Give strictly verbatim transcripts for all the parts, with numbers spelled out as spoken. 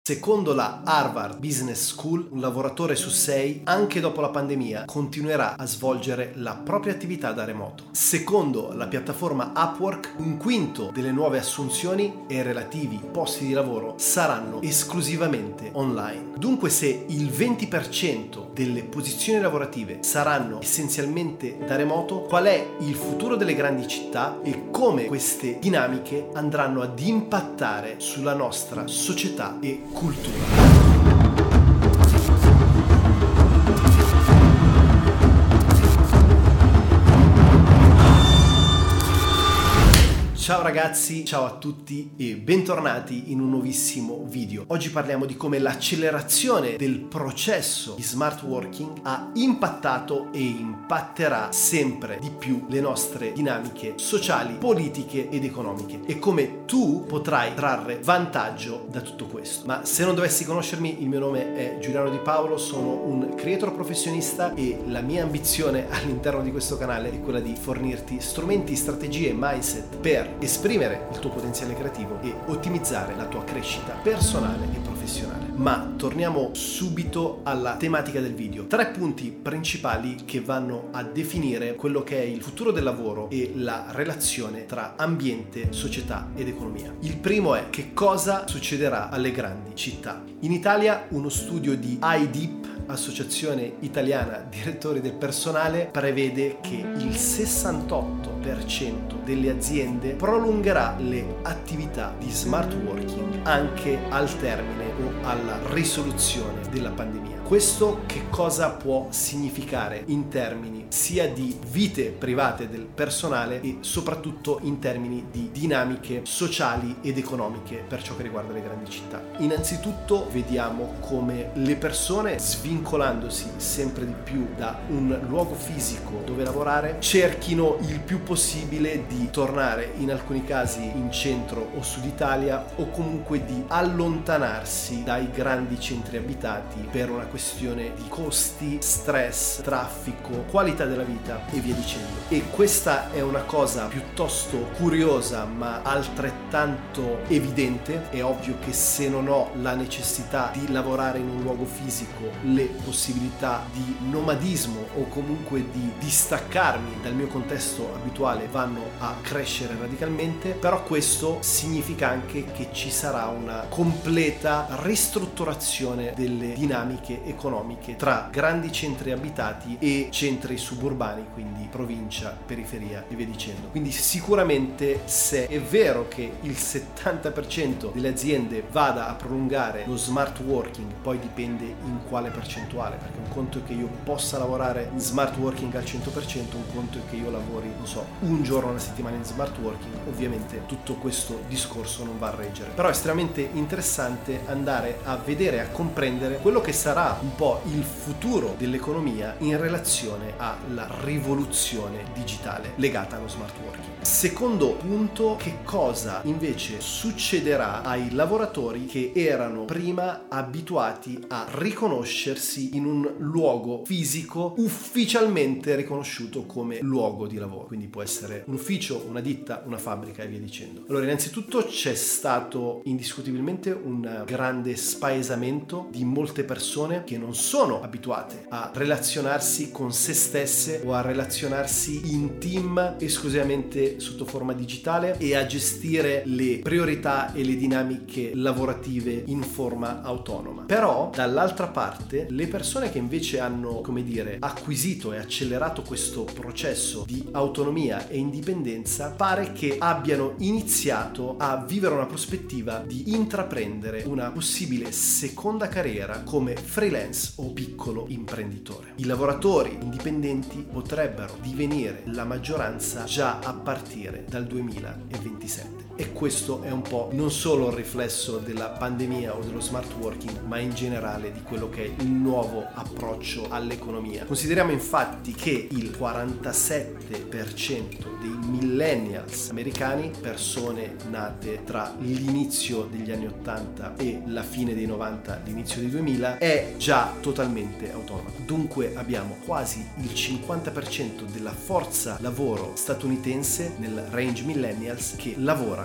Secondo la Harvard Business School, un lavoratore su sei, anche dopo la pandemia, continuerà a svolgere la propria attività da remoto. Secondo la piattaforma Upwork, un quinto delle nuove assunzioni e relativi posti di lavoro saranno esclusivamente online. Dunque, se il venti per cento delle posizioni lavorative saranno essenzialmente da remoto, qual è il futuro delle grandi città e come queste dinamiche andranno ad impattare sulla nostra società e cultura? Ciao ragazzi, ciao a tutti e bentornati in un nuovissimo video. Oggi parliamo di come l'accelerazione del processo di smart working ha impattato e impatterà sempre di più le nostre dinamiche sociali, politiche ed economiche e come tu potrai trarre vantaggio da tutto questo. Ma se non dovessi conoscermi, il mio nome è Giuliano Di Paolo, sono un creator professionista e la mia ambizione all'interno di questo canale è quella di fornirti strumenti, strategie e mindset per esprimere il tuo potenziale creativo e ottimizzare la tua crescita personale e professionale. Ma torniamo subito alla tematica del video. Tre punti principali che vanno a definire quello che è il futuro del lavoro e la relazione tra ambiente, società ed economia. Il primo è: che cosa succederà alle grandi città? In Italia uno studio di I D I P, Associazione Italiana Direttori del Personale, prevede che il sessantotto per cento delle aziende prolungherà le attività di smart working anche al termine o alla risoluzione della pandemia. Questo che cosa può significare in termini sia di vite private del personale e soprattutto in termini di dinamiche sociali ed economiche per ciò che riguarda le grandi città? Innanzitutto vediamo come le persone, svincolandosi sempre di più da un luogo fisico dove lavorare, cerchino il più possibile di tornare in alcuni casi in centro o sud Italia o comunque di allontanarsi dai grandi centri abitati per una questione questione di costi, stress, traffico, qualità della vita e via dicendo. E questa è una cosa piuttosto curiosa ma altrettanto evidente. È ovvio che se non ho la necessità di lavorare in un luogo fisico, le possibilità di nomadismo o comunque di distaccarmi dal mio contesto abituale vanno a crescere radicalmente, però questo significa anche che ci sarà una completa ristrutturazione delle dinamiche economiche tra grandi centri abitati e centri suburbani, quindi provincia, periferia e via dicendo. Quindi sicuramente, se è vero che il settanta per cento delle aziende vada a prolungare lo smart working, poi dipende in quale percentuale, perché un conto è che io possa lavorare in smart working al cento per cento, un conto è che io lavori, non so, un giorno alla settimana in smart working. Ovviamente tutto questo discorso non va a reggere, però è estremamente interessante andare a vedere, a comprendere quello che sarà un po' il futuro dell'economia in relazione alla rivoluzione digitale legata allo smart working. Secondo punto: che cosa invece succederà ai lavoratori che erano prima abituati a riconoscersi in un luogo fisico ufficialmente riconosciuto come luogo di lavoro, quindi può essere un ufficio, una ditta, una fabbrica e via dicendo. Allora, innanzitutto c'è stato indiscutibilmente un grande spaesamento di molte persone che non sono abituate a relazionarsi con se stesse o a relazionarsi in team esclusivamente sotto forma digitale e a gestire le priorità e le dinamiche lavorative in forma autonoma. Però dall'altra parte le persone che invece hanno, come dire, acquisito e accelerato questo processo di autonomia e indipendenza, pare che abbiano iniziato a vivere una prospettiva di intraprendere una possibile seconda carriera come freelance o piccolo imprenditore. I lavoratori indipendenti potrebbero divenire la maggioranza già a partire dal duemilaventisette. E questo è un po' non solo il riflesso della pandemia o dello smart working, ma in generale di quello che è il nuovo approccio all'economia. Consideriamo infatti che il quarantasette per cento dei millennials americani, persone nate tra l'inizio degli anni ottanta e la fine dei novanta, l'inizio dei duemila, è già totalmente autonoma. Dunque abbiamo quasi il cinquanta per cento della forza lavoro statunitense nel range millennials che lavora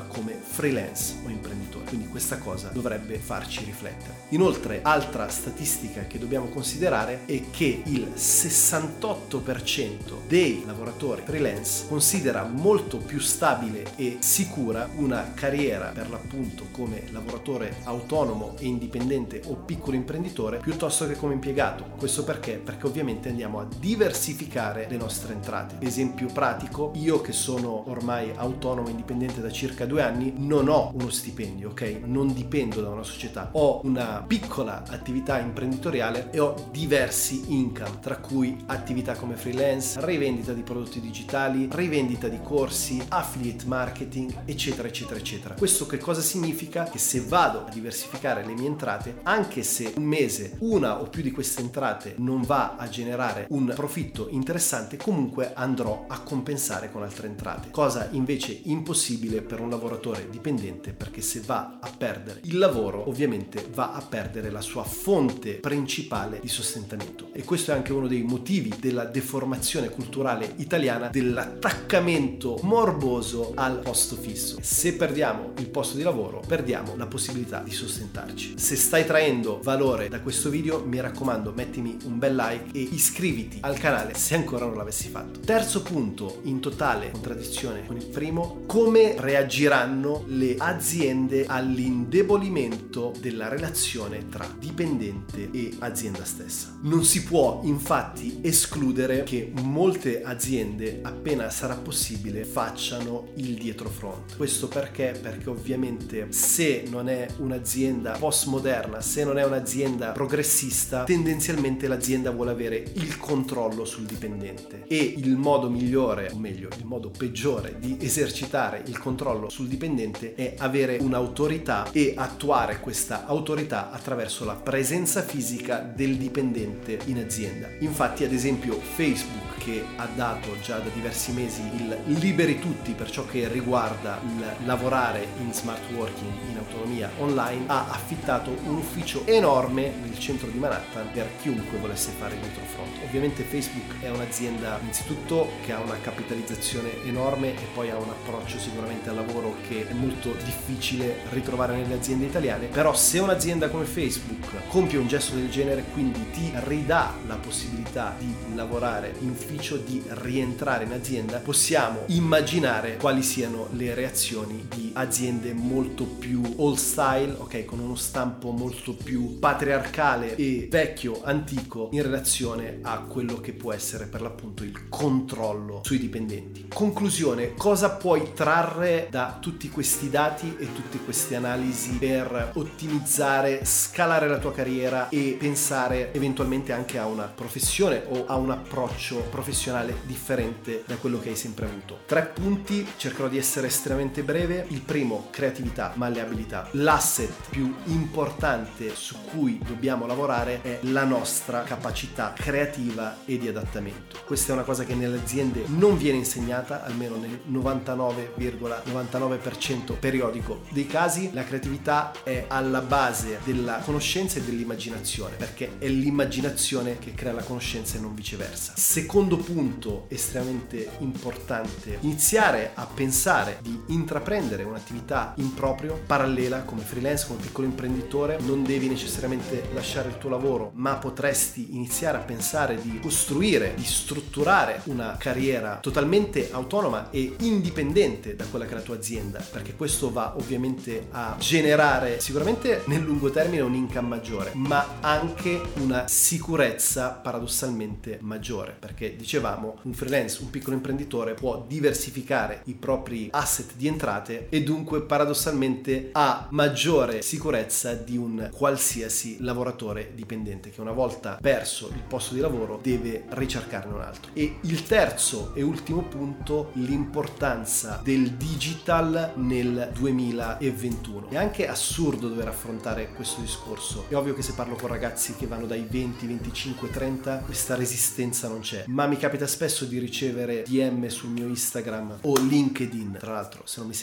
come freelance o imprenditore. Quindi questa cosa dovrebbe farci riflettere. Inoltre, altra statistica che dobbiamo considerare è che il sessantotto per cento dei lavoratori freelance considera molto più stabile e sicura una carriera per l'appunto come lavoratore autonomo e indipendente o piccolo imprenditore piuttosto che come impiegato. Questo perché? Perché ovviamente andiamo a diversificare le nostre entrate. Esempio pratico: io che sono ormai autonomo e indipendente da circa due anni non ho uno stipendio, ok? Non dipendo da una società, ho una piccola attività imprenditoriale e ho diversi income, tra cui attività come freelance, rivendita di prodotti digitali, rivendita di corsi, affiliate marketing, eccetera eccetera eccetera. Questo che cosa significa? Che se vado a diversificare le mie entrate, anche se un mese una o più di queste entrate non va a generare un profitto interessante, comunque andrò a compensare con altre entrate, cosa invece impossibile per un lavoratore dipendente, perché se va a perdere il lavoro ovviamente va a perdere la sua fonte principale di sostentamento. E questo è anche uno dei motivi della deformazione culturale italiana, dell'attaccamento morboso al posto fisso. Se perdiamo il posto di lavoro, perdiamo la possibilità di sostentarci. Se stai traendo valore da questo video, mi raccomando, mettimi un bel like e iscriviti al canale se ancora non l'avessi fatto. Terzo punto, in totale contraddizione con il primo: come reagiranno le aziende all'indebolimento della relazione tra dipendente e azienda stessa. Non si può infatti escludere che molte aziende, appena sarà possibile, facciano il dietrofront. Questo perché? Perché ovviamente se non è un'azienda postmoderna, se non è un'azienda progressista, tendenzialmente l'azienda vuole avere il controllo sul dipendente, e il modo migliore, o meglio il modo peggiore di esercitare il controllo sul dipendente è avere un'autorità e attuare questa autorità attraverso la presenza fisica del dipendente in azienda. Infatti, ad esempio, Facebook, che ha dato già da diversi mesi il liberi tutti per ciò che riguarda il lavorare in smart working in autonomia online, ha affittato un ufficio enorme nel centro di Manhattan per chiunque volesse fare il dietrofront. Ovviamente Facebook è un'azienda innanzitutto che ha una capitalizzazione enorme e poi ha un approccio sicuramente al lavoro che è molto difficile ritrovare nelle aziende italiane, però se un'azienda come Facebook compie un gesto del genere, quindi ti ridà la possibilità di lavorare in ufficio, di rientrare in azienda, possiamo immaginare quali siano le reazioni di aziende molto più old style, ok, con uno stampo molto più patriarcale e vecchio, antico, in relazione a quello che può essere per l'appunto il controllo sui dipendenti. Conclusione: cosa puoi trarre da tutti questi dati e tutte queste analisi per ottimizzare, scalare la tua carriera e pensare eventualmente anche a una professione o a un approccio professionale differente da quello che hai sempre avuto? Tre punti, cercherò di essere estremamente breve. Il primo: creatività, malleabilità. L'asset più importante su cui dobbiamo lavorare è la nostra capacità creativa e di adattamento. Questa è una cosa che nelle aziende non viene insegnata, almeno nel novantanove virgola novantanove per cento periodico dei casi. La creatività è alla base della conoscenza e dell'immaginazione, perché è l'immaginazione che crea la conoscenza e non viceversa. Secondo punto estremamente importante: iniziare a pensare di intraprendere un'attività in proprio, parallela, come freelance, come piccolo imprenditore. Non devi necessariamente lasciare il tuo lavoro, ma potresti iniziare a pensare di costruire, di strutturare una carriera totalmente autonoma e indipendente da quella che è la tua azienda, perché questo va ovviamente a generare sicuramente nel lungo termine un income maggiore, ma anche una sicurezza paradossalmente maggiore, perché dicevamo, un freelance, un piccolo imprenditore può diversificare i propri asset di entrate e dunque paradossalmente ha maggiore sicurezza di un qualsiasi lavoratore dipendente che una volta perso il posto di lavoro deve ricercarne un altro. E il terzo e ultimo punto: l'importanza del digital nel duemilaventuno. È anche assurdo dover affrontare questo discorso. È ovvio che se parlo con ragazzi che vanno dai venti, venticinque, trenta, questa resistenza non c'è, ma mi capita spesso di ricevere D M sul mio Instagram o LinkedIn, tra l'altro se non mi segui, chiocciola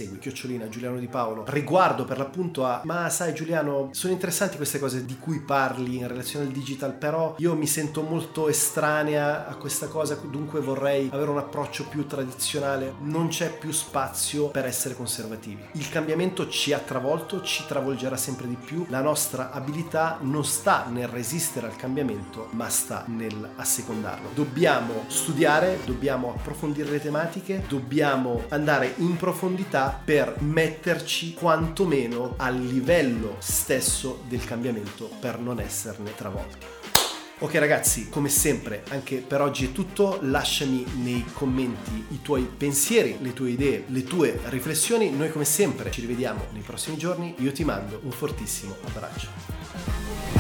cartellina Giuliano Di Paolo riguardo per l'appunto a ma sai Giuliano, sono interessanti queste cose di cui parli in relazione al digital, però io mi sento molto estranea a questa cosa, dunque vorrei avere un approccio più tradizionale. Non c'è più spazio per essere conservativi. Il cambiamento ci ha travolto, ci travolgerà sempre di più. La nostra abilità non sta nel resistere al cambiamento, ma sta nel assecondarlo. Dobbiamo studiare, dobbiamo approfondire le tematiche, dobbiamo andare in profondità per metterci quantomeno al livello stesso del cambiamento per non esserne travolti. Ok ragazzi, come sempre anche per oggi è tutto. Lasciami nei commenti i tuoi pensieri, le tue idee, le tue riflessioni. Noi come sempre ci rivediamo nei prossimi giorni. Io ti mando un fortissimo abbraccio.